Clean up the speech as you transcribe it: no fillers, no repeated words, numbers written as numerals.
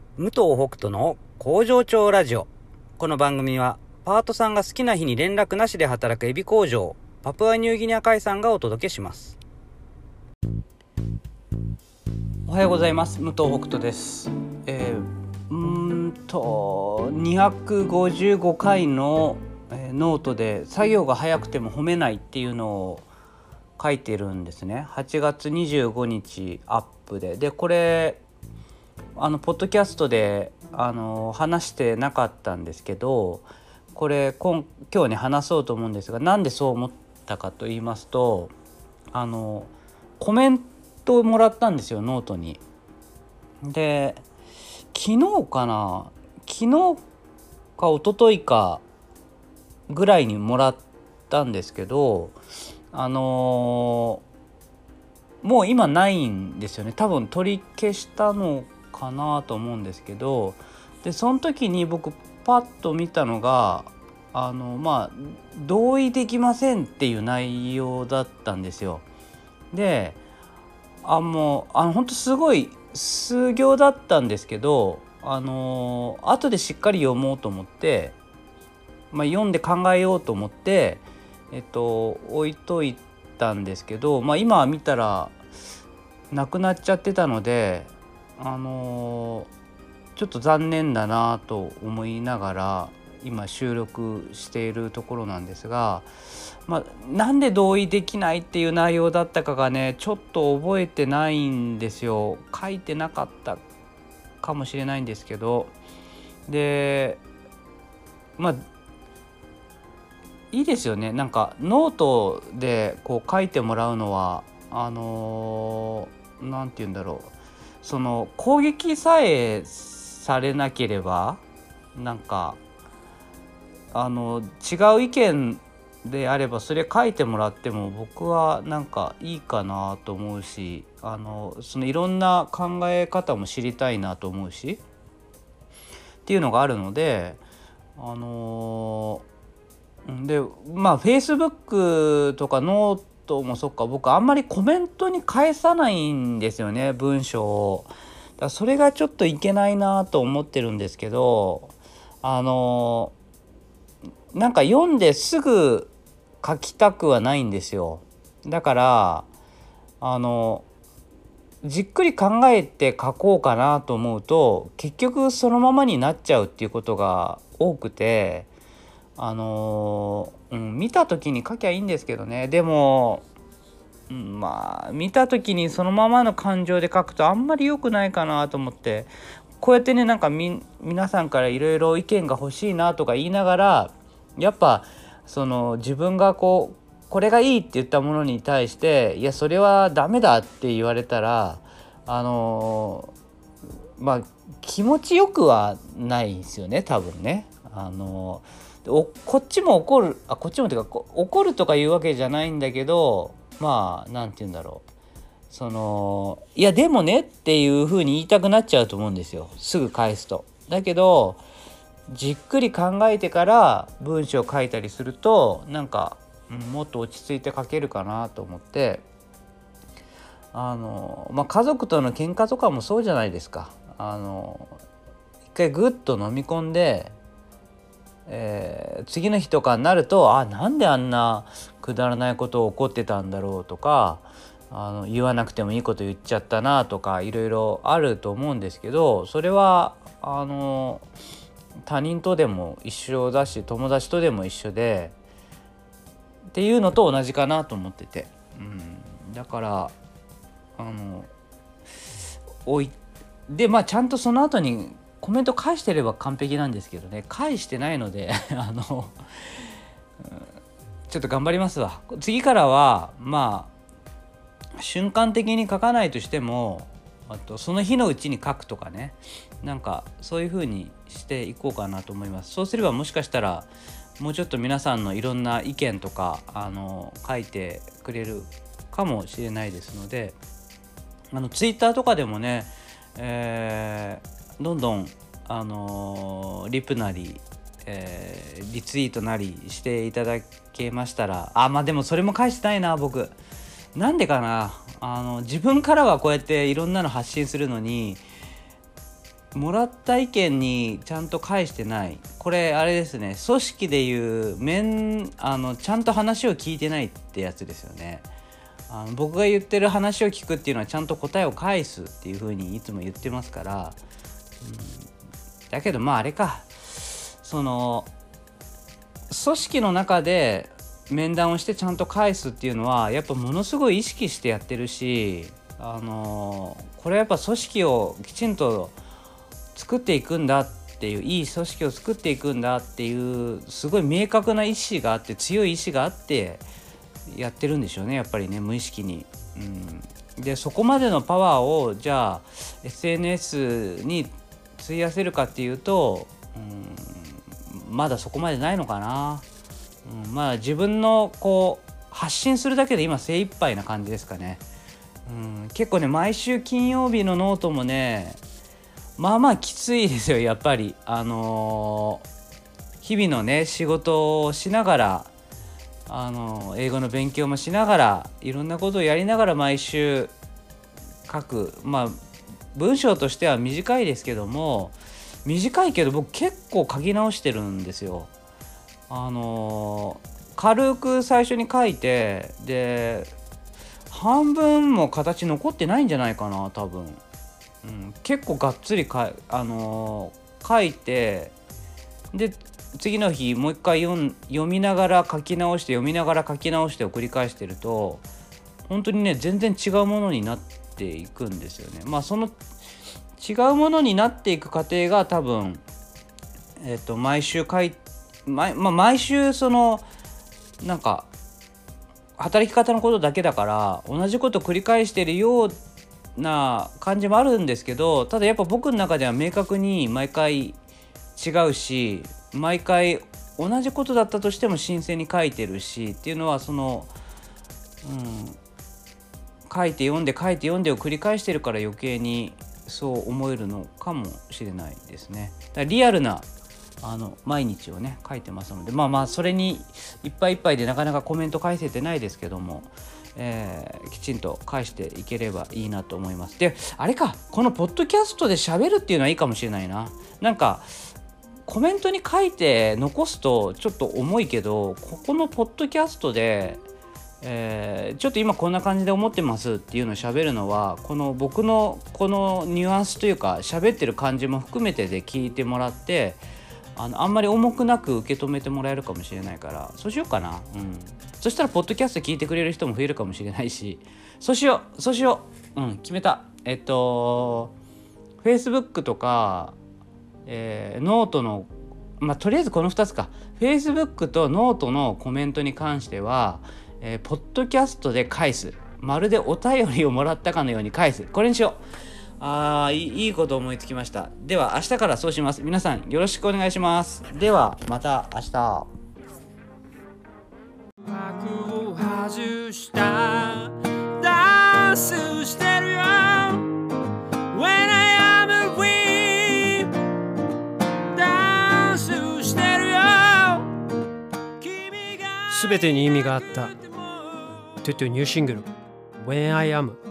武藤北斗の工場長ラジオ。この番組はパートさんが好きな日に連絡なしで働くエビ工場パプアニューギニア海産がお届けします。おはようございます。武藤北斗です。255回の、ノートで作業が早くても褒めないっていうのを書いてるんですね。8月25日アップでこれポッドキャストで話してなかったんですけど、これ今日ね話そうと思うんですが、なんでそう思ったかと言いますと、コメントをもらったんですよ、ノートに。で昨日か一昨日かぐらいにもらったんですけど、もう今ないんですよね。多分取り消したのかなと思うんですけど、でその時に僕パッと見たのが同意できませんっていう内容だったんですよ。でもう本当すごい数行だったんですけど、後でしっかり読もうと思って、読んで考えようと思って置いといたんですけど、今見たらなくなっちゃってたので、ちょっと残念だなと思いながら今収録しているところなんですが、なんで同意できないっていう内容だったかがね、ちょっと覚えてないんですよ。書いてなかったかもしれないんですけど、でいいですよね。なんかノートでこう書いてもらうのはなんて言うんだろう、その攻撃さえされなければ、なんか違う意見であればそれ書いてもらっても僕はなんかいいかなと思うし、そのいろんな考え方も知りたいなと思うしっていうのがあるので、Facebook とかノートもそっか、僕あんまりコメントに返さないんですよね、文章を。だからそれがちょっといけないなと思ってるんですけど、なんか読んですぐ書きたくはないんですよ。だからじっくり考えて書こうかなと思うと結局そのままになっちゃうっていうことが多くて、見た時に書きゃいいんですけどね。でも見た時にそのままの感情で書くとあんまり良くないかなと思って、こうやってね、なんか皆さんからいろいろ意見が欲しいなとか言いながら、やっぱその自分がこれがいいって言ったものに対して、いやそれはダメだって言われたら気持ちよくはないですよね、多分ね。こっちも怒る、こっちもっていうか怒るとかいうわけじゃないんだけど、なんて言うんだろう、いやでもねっていう風に言いたくなっちゃうと思うんですよ、すぐ返すと。だけどじっくり考えてから文章を書いたりすると、なんかもっと落ち着いて書けるかなと思って、家族との喧嘩とかもそうじゃないですか。一回グッと飲み込んで、次の日とかになると、なんであんなくだらないことを怒ってたんだろうとか、言わなくてもいいこと言っちゃったなとか、いろいろあると思うんですけど、それは他人とでも一緒だし、友達とでも一緒でっていうのと同じかなと思ってて、だからちゃんとその後にコメント返してれば完璧なんですけどね、返してないのでちょっと頑張りますわ。次からは瞬間的に書かないとしても、その日のうちに書くとかね、なんかそういう風にしていこうかなと思います。そうすればもしかしたらもうちょっと皆さんのいろんな意見とか書いてくれるかもしれないですので、ツイッターとかでもね、どんどんリプなり、リツイートなりしていただけましたら、でもそれも返してないな僕。なんでかな、自分からはこうやっていろんなの発信するのに、 もらった意見にちゃんと返してない。これあれですね、組織でいうちゃんと話を聞いてないってやつですよね。僕が言ってる話を聞くっていうのはちゃんと答えを返すっていう風にいつも言ってますから、だけどまああれか、その組織の中で面談をしてちゃんと返すっていうのはやっぱものすごい意識してやってるし、これはやっぱ組織をきちんと作っていくんだっていう、いい組織を作っていくんだっていうすごい明確な意思があって、強い意志があってやってるんでしょうね、やっぱりね、無意識に。でそこまでのパワーをじゃあ SNS に費やせるかっていうと、まだそこまでないのかな。まあ自分のこう発信するだけで今精一杯な感じですかね。結構ね、毎週金曜日のノートもね、まあまあきついですよ、やっぱり。日々のね仕事をしながら、英語の勉強もしながら、いろんなことをやりながら毎週書く。まあ文章としては短いですけども、短いけど僕結構書き直してるんですよ。軽く最初に書いて、で半分も形残ってないんじゃないかな多分。結構がっつり書いて、で次の日もう一回読みながら書き直して、読みながら書き直してを繰り返してると、本当にね全然違うものになっていくんですよね。まあその違うものになっていく過程が多分、毎週毎週そのなんか働き方のことだけだから同じこと繰り返してるような感じもあるんですけど、ただやっぱ僕の中では明確に毎回違うし、毎回同じことだったとしても新鮮に書いてるしっていうのは、その書いて読んで書いて読んでを繰り返してるから余計にそう思えるのかもしれないですね。だからリアルな毎日をね書いてますので、まあまあそれにいっぱいいっぱいでなかなかコメント返せてないですけども、きちんと返していければいいなと思います。であれか、このポッドキャストで喋るっていうのはいいかもしれないな。なんかコメントに書いて残すとちょっと重いけど、ここのポッドキャストで、ちょっと今こんな感じで思ってますっていうのを喋るのは、この僕のこのニュアンスというか喋ってる感じも含めてで聞いてもらって、あんまり重くなく受け止めてもらえるかもしれないから、そうしようかな。そしたらポッドキャスト聞いてくれる人も増えるかもしれないし、そうしよう決めた。Facebook とか、ノートのとりあえずこの2つか。 Facebook とノートのコメントに関しては、ポッドキャストで返す。まるでお便りをもらったかのように返す。これにしよう。いいこと思いつきました。では明日からそうします。皆さんよろしくお願いします。ではまた明日。幕を外したダンスしてるよ When I am free ダンスしてるよ。 すべてに意味があったトゥトゥニューシングル When I Am